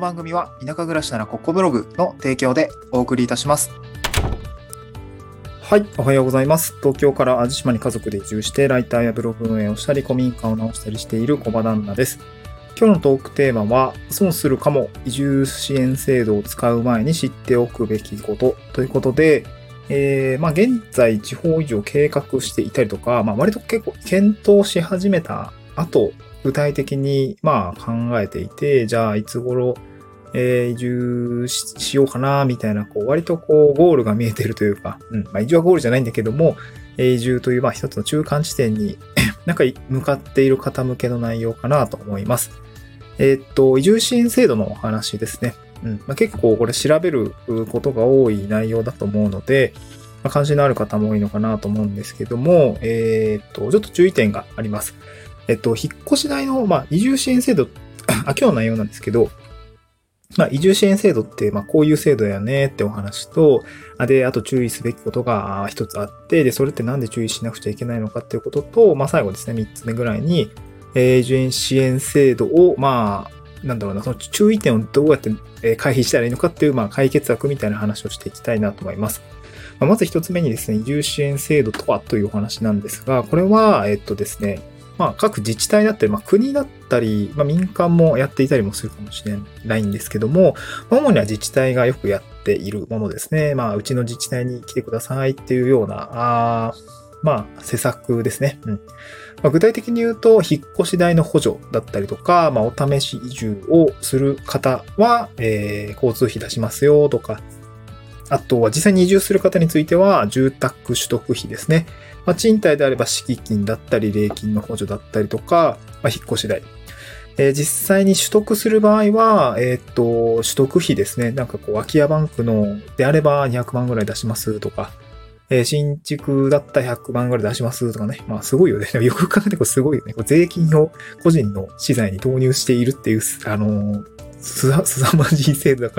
番組は田舎暮らしならここブログの提供でお送りいたします。はい、おはようございます。東京から淡路島に家族で移住してライターやブログ運営をしたり古民家を直したりしている小場旦那です。今日のトークテーマは損するかも移住支援制度を使う前に知っておくべきことということで、現在地方移住を計画していたりとか、割と結構検討し始めた後、具体的に考えていて、じゃあいつ頃移住しようかなみたいな割とゴールが見えてるというか、移住はゴールじゃないんだけども、移住という一つの中間地点に向かっている方向けの内容かなと思います。移住支援制度のお話ですね。結構これ調べることが多い内容だと思うので、関心のある方も多いのかなと思うんですけども、ちょっと注意点があります。引っ越し代の、移住支援制度、今日の内容なんですけど、移住支援制度って、こういう制度だよねってお話と、あと注意すべきことが一つあって、で、それってなんで注意しなくちゃいけないのかっていうことと、最後ですね、3つ目ぐらいに、移住支援制度を、その注意点をどうやって回避したらいいのかっていう、解決策みたいな話をしていきたいなと思います。まず一つ目にですね、移住支援制度とはというお話なんですが、これは、ですね、各自治体だったり、国だったり、民間もやっていたりもするかもしれないんですけども、主には自治体がよくやっているものですね。うちの自治体に来てくださいっていうような、施策ですね。具体的に言うと、引っ越し代の補助だったりとか、お試し移住をする方は、交通費出しますよとか、あとは実際に移住する方については、住宅取得費ですね。賃貸であれば敷金だったり、礼金の補助だったりとか、引っ越し代。実際に取得する場合は、取得費ですね。空き家バンクのであれば200万ぐらい出しますとか、新築だったら100万ぐらい出しますとかね。すごいよね。よく考えてすごいよね。税金を個人の資材に投入しているっていう、すさまじい制度だから、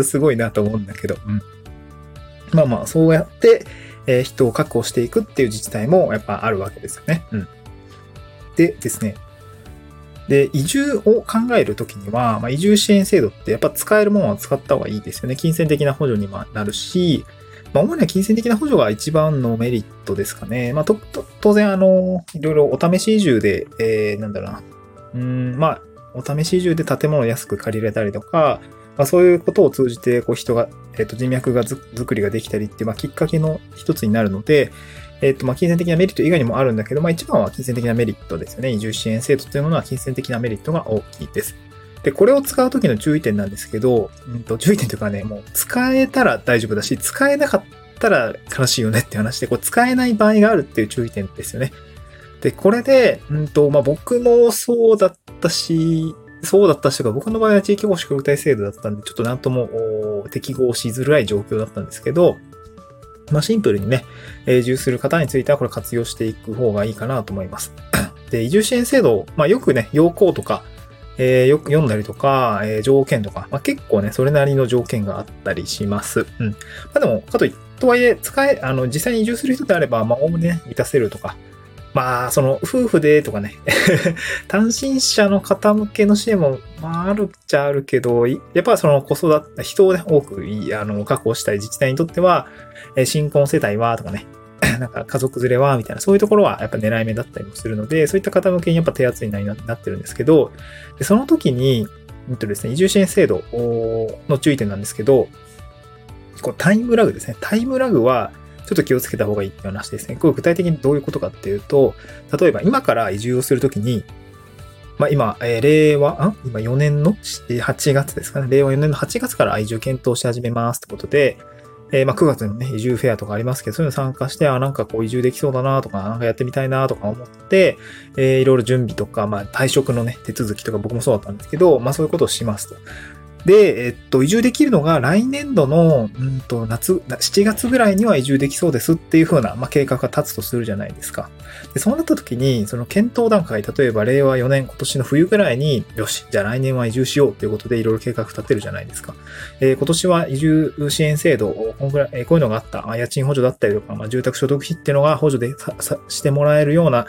すごいなと思うんだけど。そうやって、人を確保していくっていう自治体もやっぱあるわけですよね。でですね。で、移住を考えるときには、移住支援制度ってやっぱ使えるものは使った方がいいですよね。金銭的な補助にもなるし、主には金銭的な補助が一番のメリットですかね。当然いろいろお試し移住で、お試し移住で建物を安く借りれたりとか、そういうことを通じて、人が、人脈が作りができたりっていう、きっかけの一つになるので、金銭的なメリット以外にもあるんだけど、一番は金銭的なメリットですよね。移住支援制度というものは金銭的なメリットが大きいです。で、これを使うときの注意点なんですけど、注意点というかね、もう使えたら大丈夫だし、使えなかったら悲しいよねって話で、使えない場合があるっていう注意点ですよね。で、これで、僕もそうだったし、僕の場合は地域保守協力隊制度だったんで、ちょっとなんとも適合しづらい状況だったんですけど、シンプルにね、移住する方についてはこれ活用していく方がいいかなと思います。で、移住支援制度、よくね、要項とか、よく読んだりとか、条件とか、結構ね、それなりの条件があったりします。でも、とはいえ、実際に移住する人であれば、おおむね満たせるとか、夫婦でとかね、単身者の方向けの支援も、あるっちゃあるけど、やっぱ子育て、人をね、多く、確保したい自治体にとっては、新婚世帯はとかね、家族連れはみたいな、そういうところはやっぱ狙い目だったりもするので、そういった方向けにやっぱ手厚い内容になってるんですけど、でその時に、ですね、移住支援制度の注意点なんですけど、タイムラグですね。タイムラグは、ちょっと気をつけた方がいいっていう話ですね。これ具体的にどういうことかっていうと、例えば今から移住をするときに、今4年の8月ですかね。令和4年の8月から移住検討し始めますってことで、9月のね、移住フェアとかありますけど、そういうの参加して、移住できそうだなとか、やってみたいなとか思って、いろいろ準備とか、退職のね、手続きとか僕もそうだったんですけど、そういうことをしますと。で、移住できるのが来年度の、7月ぐらいには移住できそうですっていう風な、計画が立つとするじゃないですか。で、そうなった時に、その検討段階、例えば令和4年、今年の冬ぐらいに、よし、じゃあ来年は移住しようということでいろいろ計画立てるじゃないですか。今年は移住支援制度、こういうのがあった、家賃補助だったりとか、住宅所得費っていうのが補助でしてもらえるような、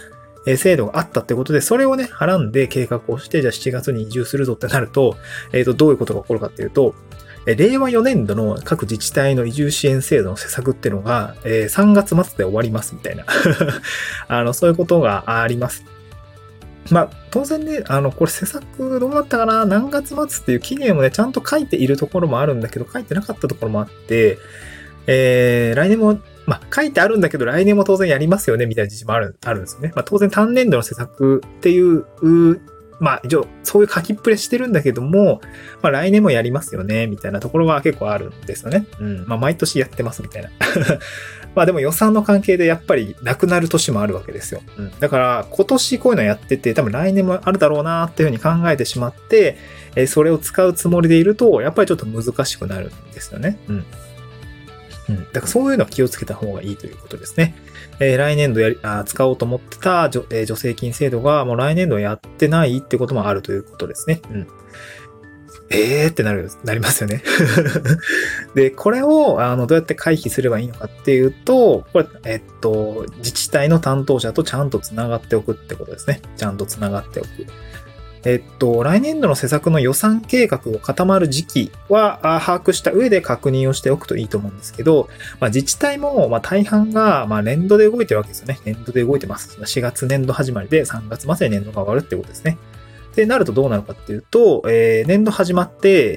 制度があったってことで、それをね、はらんで計画をして、じゃあ7月に移住するぞってなると、どういうことが起こるかっていうと、令和4年度の各自治体の移住支援制度の施策っていうのが、3月末で終わりますみたいなそういうことがあります。まあ、当然ね、これ施策どうだったかな、何月末っていう期限をね、ちゃんと書いているところもあるんだけど、書いてなかったところもあって、来年も、まあ、書いてあるんだけど、来年も当然やりますよね、みたいな事情もあるんですよね。まあ、当然単年度の施策っていう、まあ、一応、そういう書きっぷりしてるんだけども、まあ、来年もやりますよね、みたいなところは結構あるんですよね。まあ、毎年やってます、みたいな。まあ、でも予算の関係でやっぱりなくなる年もあるわけですよ。だから、今年こういうのやってて、多分来年もあるだろうな、っていうふうに考えてしまって、それを使うつもりでいると、やっぱりちょっと難しくなるんですよね。だからそういうのは気をつけた方がいいということですね。来年度使おうと思ってた助成金制度がもう来年度やってないってこともあるということですね。ってなりますよね。で、これをどうやって回避すればいいのかっていうと、これ、自治体の担当者とちゃんとつながっておくってことですね。ちゃんとつながっておく。来年度の施策の予算計画を固まる時期は把握した上で確認をしておくといいと思うんですけど、まあ、自治体も大半が年度で動いてるわけですよね。年度で動いてます。4月年度始まりで3月末に年度が終わるってことですね。で、なるとどうなるかっていうと、年度始まって、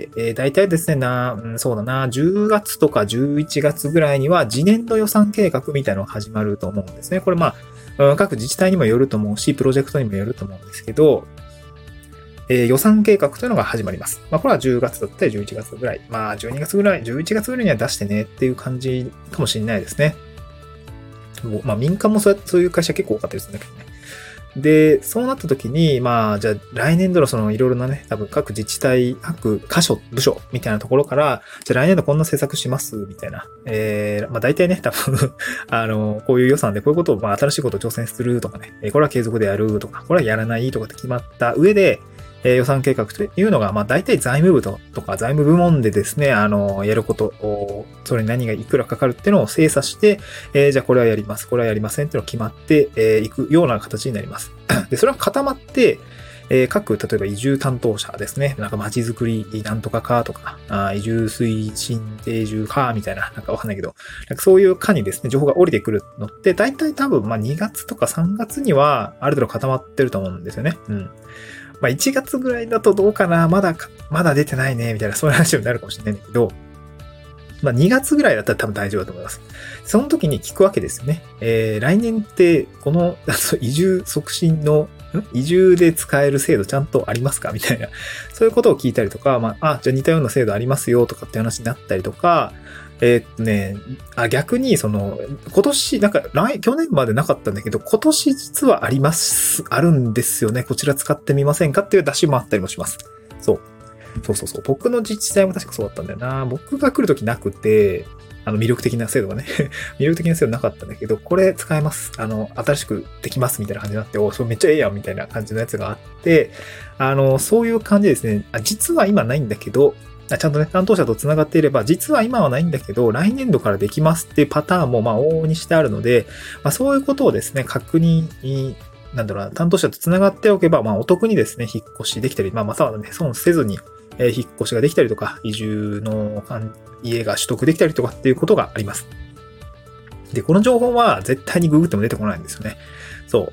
大体ですね、そうだな、10月とか11月ぐらいには次年度予算計画みたいなのが始まると思うんですね。これ各自治体にもよると思うし、プロジェクトにもよると思うんですけど、予算計画というのが始まります。これは10月だったり11月ぐらい。12月ぐらい、11月ぐらいには出してねっていう感じかもしれないですね。民間もそういう会社結構多かったりするんだけどね。で、そうなった時に、じゃあ来年度のそのいろいろなね、多分各自治体、各箇所、部署みたいなところから、じゃあ来年度こんな施策します、みたいな。大体ね、多分こういう予算でこういうことを、新しいことを挑戦するとかね、これは継続でやるとか、これはやらないとかって決まった上で、予算計画というのが、大体財務部とか財務部門でですね、やることを、それに何がいくらかかるっていうのを精査して、じゃあこれはやります、これはやりませんっていうのを決まっていくような形になります。で、それは固まって、各、例えば移住担当者ですね、街づくりなんとか課とか、移住推進定住課みたいな、わかんないけど、そういう課にですね、情報が降りてくるのって、大体多分、2月とか3月には、ある程度固まってると思うんですよね。1月ぐらいだとどうかな、まだ出てないね、みたいな、そういう話になるかもしれないんだけど、2月ぐらいだったら多分大丈夫だと思います。その時に聞くわけですよね。来年って、この移住促進の、移住で使える制度ちゃんとありますかみたいな。そういうことを聞いたりとか、じゃあ似たような制度ありますよとかって話になったりとか、逆に今年、去年までなかったんだけど、今年実はあるんですよね。こちら使ってみませんかっていう出しもあったりもします。そう。僕の自治体も確かそうだったんだよな。僕が来るときなくて、魅力的な制度がね、魅力的な制度なかったんだけど、これ使えます。新しくできますみたいな感じになって、それめっちゃええやんみたいな感じのやつがあって、そういう感じですね。実は今ないんだけど、ちゃんとね、担当者と繋がっていれば、実は今はないんだけど、来年度からできますっていうパターンも往々にしてあるので、そういうことをですね、確認、担当者と繋がっておけば、お得にですね、引っ越しできたり、またはね、損せずに、引っ越しができたりとか、移住の家が取得できたりとかっていうことがあります。で、この情報は絶対にググっても出てこないんですよね。そう、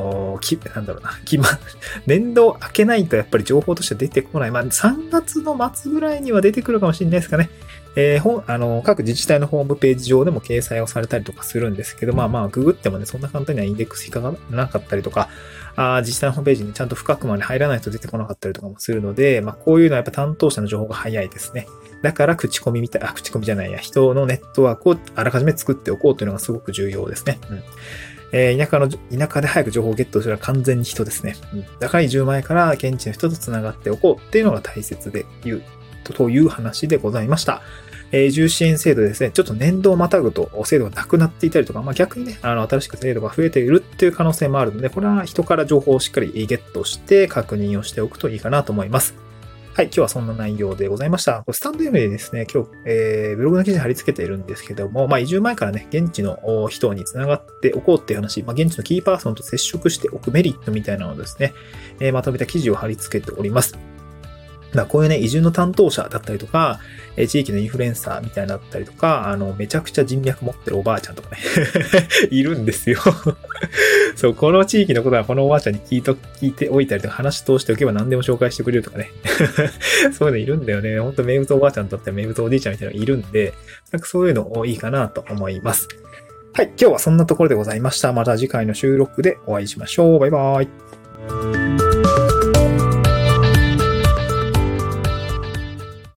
年度開けないとやっぱり情報として出てこない。3月の末ぐらいには出てくるかもしれないですかね。各自治体のホームページ上でも掲載をされたりとかするんですけど、ググってもね、そんな簡単にはインデックス引っかからなかったりとか、自治体のホームページにちゃんと深くまで入らないと出てこなかったりとかもするので、こういうのはやっぱ担当者の情報が早いですね。だから口コミじゃないや、人のネットワークをあらかじめ作っておこうというのがすごく重要ですね。田舎で早く情報をゲットするのは完全に人ですね。だから移住前から現地の人と繋がっておこうっていうのが大切という話でございました。移住支援制度ですね、ちょっと年度をまたぐと制度がなくなっていたりとか、逆にね、新しく制度が増えているっていう可能性もあるので、これは人から情報をしっかりゲットして確認をしておくといいかなと思います。 はい、今日はそんな内容でございました。スタンド FM でですね、今日、ブログの記事貼り付けているんですけども、移住前からね、現地の人に繋がっておこうっていう話、現地のキーパーソンと接触しておくメリットみたいなのをですね、まとめた記事を貼り付けております。こういうね、移住の担当者だったりとか、地域のインフルエンサーみたいなだったりとか、めちゃくちゃ人脈持ってるおばあちゃんとかね、いるんですよ。そう、この地域のことはこのおばあちゃんに聞いておいたりとか、話通しておけば何でも紹介してくれるとかね。そういうのいるんだよね。ほんと名物おばあちゃんだったら名物おじいちゃんみたいなのがいるんで、そういうのいいかなと思います。はい、今日はそんなところでございました。また次回の収録でお会いしましょう。バイバーイ。